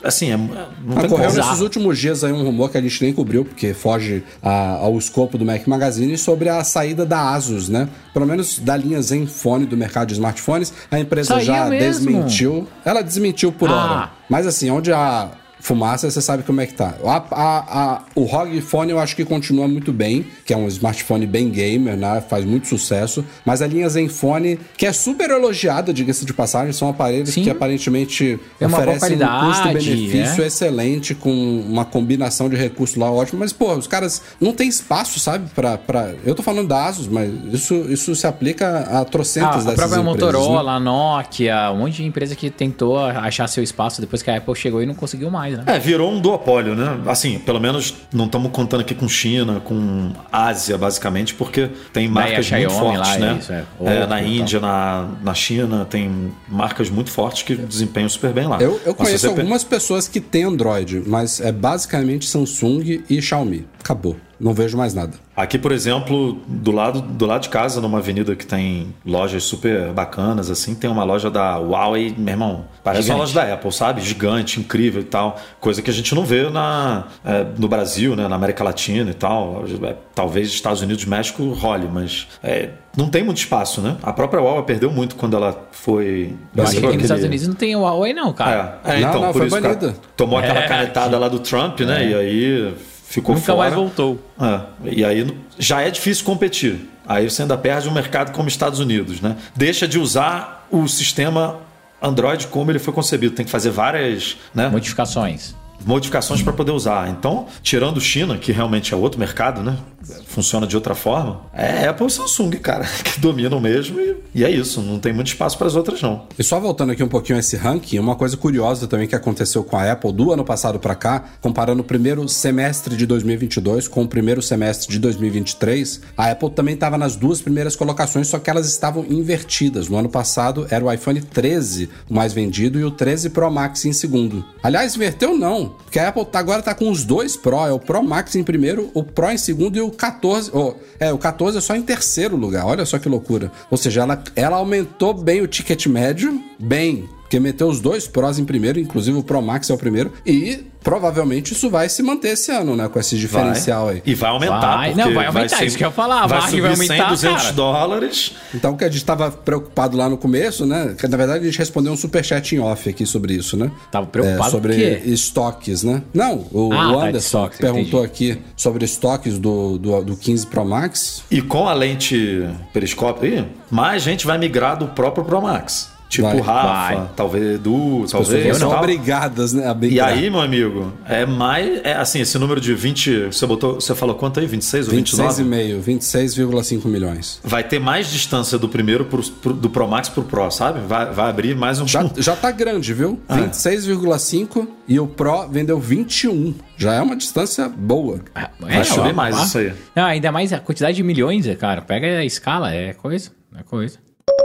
assim, é, não tem Ocorreu como. nesses últimos dias aí um rumor que a gente nem cobriu, porque foge a- ao escopo do Mac Magazine, sobre a saída da Asus, né? Pelo menos da linha Zenfone do mercado de smartphones. A empresa Saiu já mesmo? desmentiu. Ela desmentiu por Ah. hora. Mas assim, onde a fumaça, você sabe como é que tá. A, a, a, o R O G Phone eu acho que continua muito bem, que é um smartphone bem gamer, né? Faz muito sucesso. Mas a linha Zenfone, que é super elogiada, diga-se de passagem, são aparelhos Sim. que aparentemente Tem uma boa oferecem um qualidade, custo-benefício né? excelente, com uma combinação de recursos lá ótimo. Mas, pô, os caras não tem espaço, sabe? Pra, pra... Eu tô falando da Asus, mas isso, isso se aplica a trocentas A, a dessas própria empresas, Motorola, né? a Nokia, um monte de empresa que tentou achar seu espaço depois que a Apple chegou e não conseguiu mais, né? É, virou um duopólio, né? Assim, pelo menos não estamos contando aqui com China, com Ásia, basicamente, porque tem marcas Daí a muito Xiaomi fortes, lá, né? é isso, é. É, Oppo, na tal. Índia, na, na China, tem marcas muito fortes que desempenham super bem lá. Eu, eu Mas se conheço você pe- algumas pessoas que têm Android, mas é basicamente Samsung e Xiaomi. Acabou. Não vejo mais nada. Aqui, por exemplo, do lado, do lado de casa, numa avenida que tem lojas super bacanas, assim, tem uma loja da Huawei, meu irmão, parece Gigante. uma loja da Apple, sabe? Gigante, incrível e tal. Coisa que a gente não vê na, é, no Brasil, né? Na América Latina e tal. É, talvez Estados Unidos, México role, mas é, não tem muito espaço, né? A própria Huawei perdeu muito quando ela foi... Eu acho que aqui aquele- nos Estados Unidos não tem o Huawei, não, cara. É, é, Não, então, não, por foi isso, cara, banida. tomou aquela É, canetada lá do Trump, né? E aí ficou Nunca fora. mais voltou. É, e aí já é difícil competir. Aí você ainda perde um mercado como Estados Unidos, né? Deixa de usar o sistema Android como ele foi concebido. Tem que fazer várias, né, Modificações. modificações para poder usar. Então, tirando China, que realmente é outro mercado, né? Funciona de outra forma. É Apple e Samsung, cara, que dominam mesmo. E, e é isso. Não tem muito espaço para as outras, não. E só voltando aqui um pouquinho a esse ranking, uma coisa curiosa também que aconteceu com a Apple do ano passado para cá, comparando o primeiro semestre de dois mil e vinte e dois com o primeiro semestre de dois mil e vinte e três, a Apple também estava nas duas primeiras colocações, só que elas estavam invertidas. No ano passado era o iPhone treze o mais vendido e o treze Pro Max em segundo. Aliás, inverteu não, porque a Apple tá, agora tá com os dois Pro, é o Pro Max em primeiro, o Pro em segundo e o quatorze, oh, é, o quatorze é só em terceiro lugar, olha só que loucura. Ou seja, ela, ela aumentou bem o ticket médio, bem, porque meteu os dois Pros em primeiro, inclusive o Pro Max é o primeiro, e provavelmente isso vai se manter esse ano, né, com esse diferencial Vai. aí. E vai aumentar. Vai. porque Não, vai aumentar, ser- isso que eu ia falar, a Vai margem subir vai aumentar, cem, duzentos cara. dólares. Então, o que a gente tava preocupado lá no começo, né, que na verdade a gente respondeu um superchat em off aqui sobre isso, né? Tava preocupado É, sobre com o quê? estoques, né? Não, o, Ah, o tá, de Anderson estoques, perguntou aqui sobre estoques do, do, do quinze Pro Max. E com a lente periscópio aí, mais gente vai migrar do próprio Pro Max. Tipo Vai. o Rafa, Vai. talvez Edu, As pessoas talvez. são tal. obrigadas, né, a E migrar. aí, meu amigo, é mais. É assim, esse número de vinte. Você botou. Você falou quanto aí? vinte e seis ou vinte e nove? vinte e seis vírgula cinco, vinte e seis vírgula cinco milhões. Vai ter mais distância do primeiro pro, pro- do Pro Max pro Pro, sabe? Vai, vai abrir mais um. Já, já tá grande, viu? Ah. vinte e seis vírgula cinco e o Pro vendeu vinte e um. Já é uma distância boa. Vai subir mais ó. isso aí. Não, ainda mais a quantidade de milhões, é, cara. Pega a escala, é coisa. É coisa.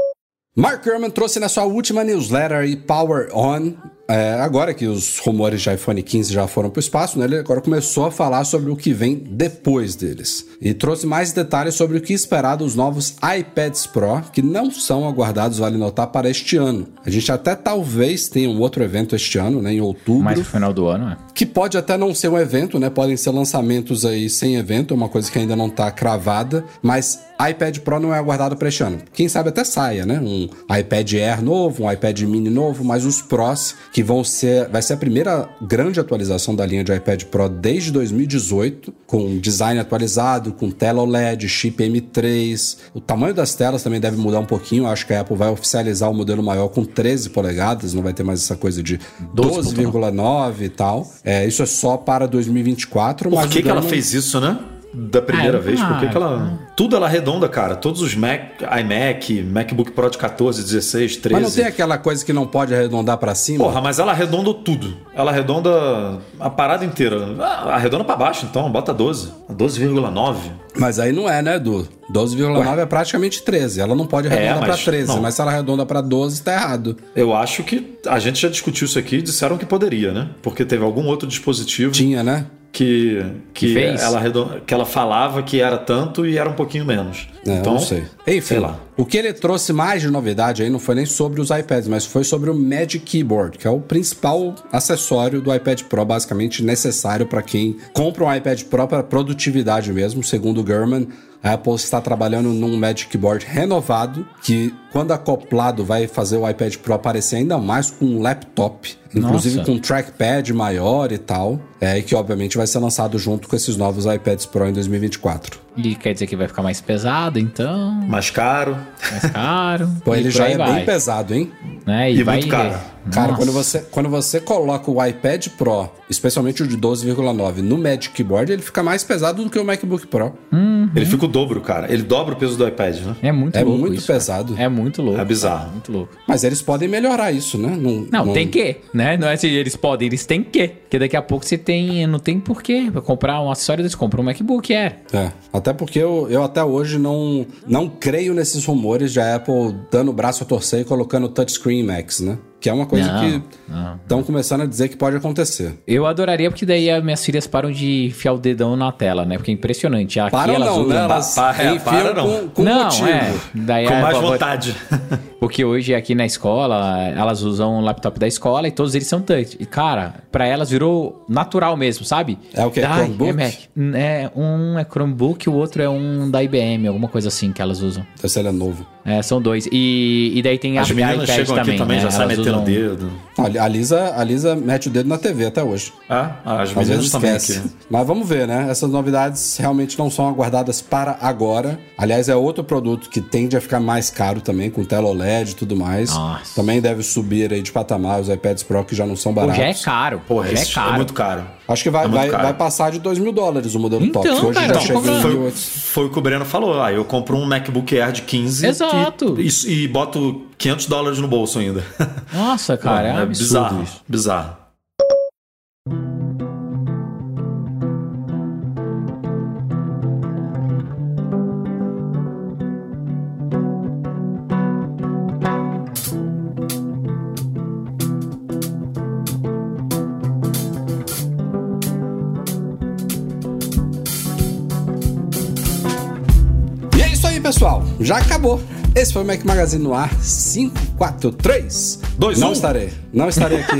Mark Gurman trouxe na sua última newsletter aí, Power On, é, agora que os rumores de iPhone quinze já foram para o espaço, né, ele agora começou a falar sobre o que vem depois deles. E trouxe mais detalhes sobre o que esperar dos novos iPads Pro, que não são aguardados, vale notar, para este ano. A gente até talvez tenha um outro evento este ano, né, em outubro. Mais no final do ano, é. Que pode até não ser um evento, né? Podem ser lançamentos aí sem evento, é uma coisa que ainda não tá cravada, mas iPad Pro não é aguardado para este ano. Quem sabe até saia, né? Um iPad Air novo, um iPad Mini novo, mas os Pros, que vão ser, vai ser a primeira grande atualização da linha de iPad Pro desde dois mil e dezoito, com design atualizado, com tela O L E D, chip M três. O tamanho das telas também deve mudar um pouquinho. Acho que a Apple vai oficializar o modelo maior com treze polegadas, não vai ter mais essa coisa de doze vírgula nove e tal. É, isso é só para dois mil e vinte e quatro. Por mas que, o que ela Gurman- fez isso, né? Da primeira Ah, vez, por que, que ela. ah. Tudo ela arredonda, cara. Todos os Mac, iMac, MacBook Pro de quatorze, dezesseis, treze. Mas não tem aquela coisa que não pode arredondar pra cima? Porra, mas ela arredonda tudo. Ela arredonda a parada inteira. Ah, arredonda pra baixo, então, bota doze. doze vírgula nove. Mas aí não é, né, Edu? doze vírgula nove é praticamente treze. Ela não pode arredondar É, pra mas- treze, não. mas se ela arredonda pra doze, tá errado. Eu acho que a gente já discutiu isso aqui e disseram que poderia, né? Porque teve algum outro dispositivo Tinha, né? que, que, fez? ela, arredon- que ela falava que era tanto e era um pouquinho menos. É, então, não sei. Enfim, sei lá. o que ele trouxe mais de novidade aí não foi nem sobre os iPads, mas foi sobre o Magic Keyboard, que é o principal acessório do iPad Pro, basicamente necessário para quem compra um iPad Pro para produtividade mesmo, segundo o Gurman. A Apple está trabalhando num Magic Keyboard renovado, que quando acoplado vai fazer o iPad Pro aparecer ainda mais com um laptop, inclusive Nossa. com um trackpad maior e tal, é, e que obviamente vai ser lançado junto com esses novos iPads Pro em dois mil e vinte e quatro. E quer dizer que vai ficar mais pesado, então. Mais caro. Mais caro. Pô, e ele por já aí é vai, bem pesado, hein? né? E vai, muito caro. Cara, Nossa. quando você, quando você coloca o iPad Pro, especialmente o de doze vírgula nove, no Magic Keyboard, ele fica mais pesado do que o MacBook Pro. Ele fica o dobro, cara. Ele dobra o peso do iPad, né? É muito É louco. muito isso, pesado. cara. É muito louco. É bizarro. cara, Muito louco. Mas eles podem melhorar isso, né? Não, Não, tem que, né? Não é assim, eles podem, eles têm que. Porque daqui a pouco você tem, não tem porquê. Pra comprar um acessório, eles compram um MacBook Air. É, até porque eu, eu até hoje não, não creio nesses rumores de a Apple dando o braço a torcer e colocando touchscreen Macs, né? Que é uma coisa Não, que não. estão começando a dizer que pode acontecer. Eu adoraria, porque daí as minhas filhas param de enfiar o dedão na tela, né? Porque é impressionante. Aqui Param elas não, usam... né? Elas Pa- é, enfiam para não. com, com não, motivo. é. Daí Com a- mais vou- vontade. Porque hoje aqui na escola, elas usam o laptop da escola e todos eles são touch. E, cara, pra elas virou natural mesmo, sabe? É o quê? Ai, Chromebook? É, Mac. É, um é Chromebook, o outro é um da I B M, alguma coisa assim que elas usam. Esse ele é novo. É, são dois. E, e daí tem As a meninas iPad chegam também, aqui também, né? já saem Elas metendo o usam- dedo. A a Lisa, a Lisa mete o dedo na T V até hoje. Ah, as Às meninas vezes também esquece. aqui. Mas vamos ver, né? Essas novidades realmente não são aguardadas para agora. Aliás, é outro produto que tende a ficar mais caro também, com tela O L E D e tudo mais. Nossa. Também deve subir aí de patamar os iPads Pro, que já não são Pô, baratos. já é caro. Porra, já é isso caro. é muito caro. Acho que vai, É muito vai, caro. vai passar de dois mil dólares o modelo Então, top. Que hoje cara, já eu chega compro- em Foi, mil e oitocentos. foi o que o Breno falou. Ah, eu compro um MacBook Air de quinze Exato. E, e, e boto quinhentos dólares no bolso ainda. Nossa, cara, é, um absurdo bizarro, isso. bizarro. E é isso aí, pessoal. Já acabou. Esse foi o Mac Magazine no ar cinco, quatro, três, Dois, Não um. estarei. Não estarei aqui.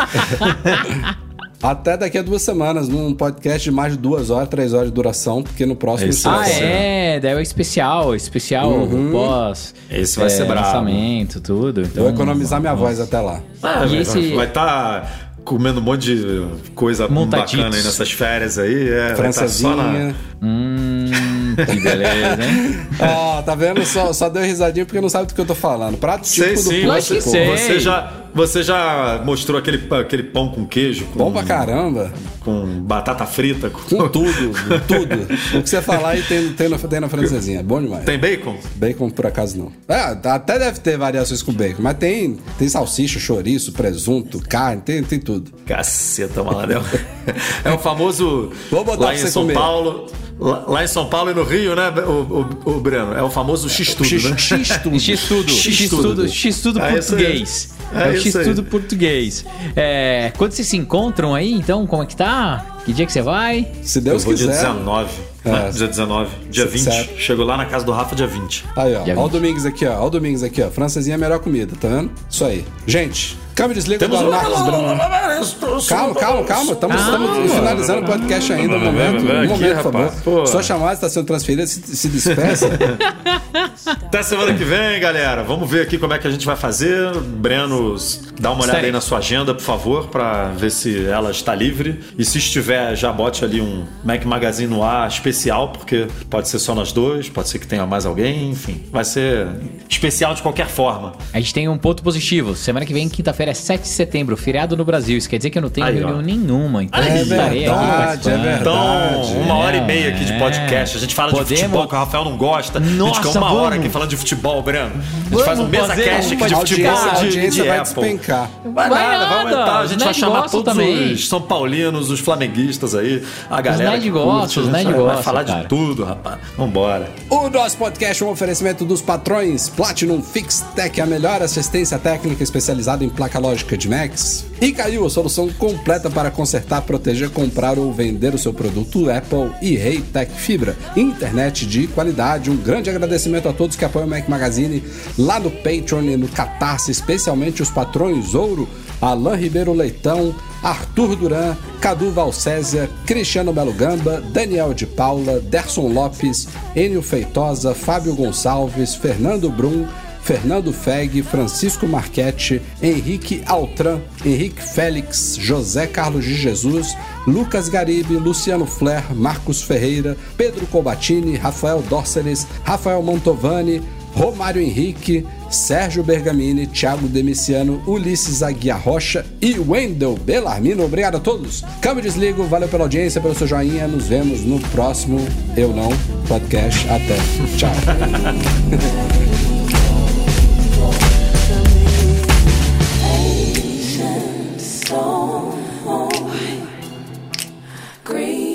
Até daqui a duas semanas, num podcast de mais de duas horas, três horas de duração, porque no próximo Esse isso vai Ah, vai ser. ser. é, daí é o especial, especial pós. Esse vai ser brabo. Lançamento, tudo. Então, Vou economizar minha voz até lá. Ah, E vai esse- vai estar comendo um monte de coisa Montaditos. bacana aí nessas férias aí. É, vai estar só na... Francesinha. Hum, que beleza, hein? Ó, tá vendo? Só, só deu risadinha porque não sabe do que eu tô falando. Prato Sei típico do sim, Lógico você, que sei. você já, você já mostrou aquele, aquele pão com queijo, com, Bom pra caramba. com batata frita, com, Com tudo, tudo. O que você falar aí tem, tem, na, tem na francesinha. Bom demais. tem bacon? Bacon, por acaso, não. É, até deve ter variações com bacon, mas tem, tem salsicha, chouriço, presunto, carne, tem, tem tudo. Caceta, malandro. É o famoso Vou botar lá pra em você São comer. Paulo. Lá, lá em São Paulo e no Rio, né, o, o, o Breno? É o famoso X-Tudo, X, né? X-tudo. X-tudo, X-tudo. X-tudo, X-tudo É isso aí. português. É É o isso aí. X-tudo português. É, quando vocês se encontram aí, então, como é que tá? Que dia que você vai? Se Eu Deus vou dia quiser. dezenove. É. Né? Dia dezenove. Dia vinte. Certo. Chego lá na casa do Rafa dia vinte. Aí, ó. Dia Ó o vinte. Domingos aqui, ó. Ó o Domingos aqui, ó. Francesinha é a melhor comida, tá vendo? Isso aí. Gente, câmbio desliga do um- Marcos Bruno. Calma, calma, calma. Estamos, estamos finalizando o podcast ainda. Um momento, Vem um aqui, momento, por favor. rapaz. Pô. Sua chamada está sendo transferida, se, se despeça. Até semana que vem, galera. Vamos ver aqui como é que a gente vai fazer. Breno, dá uma olhada Estarei. aí na sua agenda, por favor, pra ver se ela está livre. E se estiver, já bote ali um Mac Magazine no ar especial, porque pode ser só nós dois, pode ser que tenha mais alguém, enfim. Vai ser especial de qualquer forma. A gente tem um ponto positivo. Semana que vem, quinta-feira, é sete de setembro, feriado no Brasil. Isso quer dizer que eu não tenho Aí, reunião ó. nenhuma. Então, É eu estarei aqui verdade, participando. é verdade. Então, uma hora e meia aqui de É. podcast. A gente fala Podemos- de futebol que o Rafael não gosta. a gente Nossa, fica uma hora vamos. aqui falando de futebol, Breno. A gente Vamos faz um mesa fazer cast um aqui de podcast. futebol audiência, a de, audiência de vai Apple. despencar. Vai, Vai nada, vai nada. aumentar. A Os gente vai nerds chamar gostam todos também. os São Paulinos, os flamenguistas aí, a galera nerds que curte, gostam, os a gente nerds vai gostam, falar cara. de tudo, rapaz. Vambora. O nosso podcast é um oferecimento dos patrões Platinum Fix Tech, a melhor assistência técnica especializada em placas placa lógica de Macs? E caiu a solução completa para consertar, proteger, comprar ou vender o seu produto Apple e Reitec Fibra. Internet de qualidade. Um grande agradecimento a todos que apoiam o Mac Magazine lá no Patreon e no Catarse, especialmente os patrões Ouro, Alain Ribeiro Leitão, Arthur Duran, Cadu Valcésia, Cristiano Belo Gamba, Daniel de Paula, Derson Lopes, Enio Feitosa, Fábio Gonçalves, Fernando Brum, Fernando Feg, Francisco Marchetti, Henrique Altran, Henrique Félix, José Carlos de Jesus, Lucas Garibe, Luciano Flair, Marcos Ferreira, Pedro Colbatini, Rafael Dórceles, Rafael Mantovani, Romário Henrique, Sérgio Bergamini, Thiago Demiciano, Ulisses Aguiar Rocha e Wendel Bellarmino. Obrigado a todos. Câmbio e desligo. Valeu pela audiência, pelo seu joinha. Nos vemos no próximo Eu Não Podcast. Até. Tchau. So green.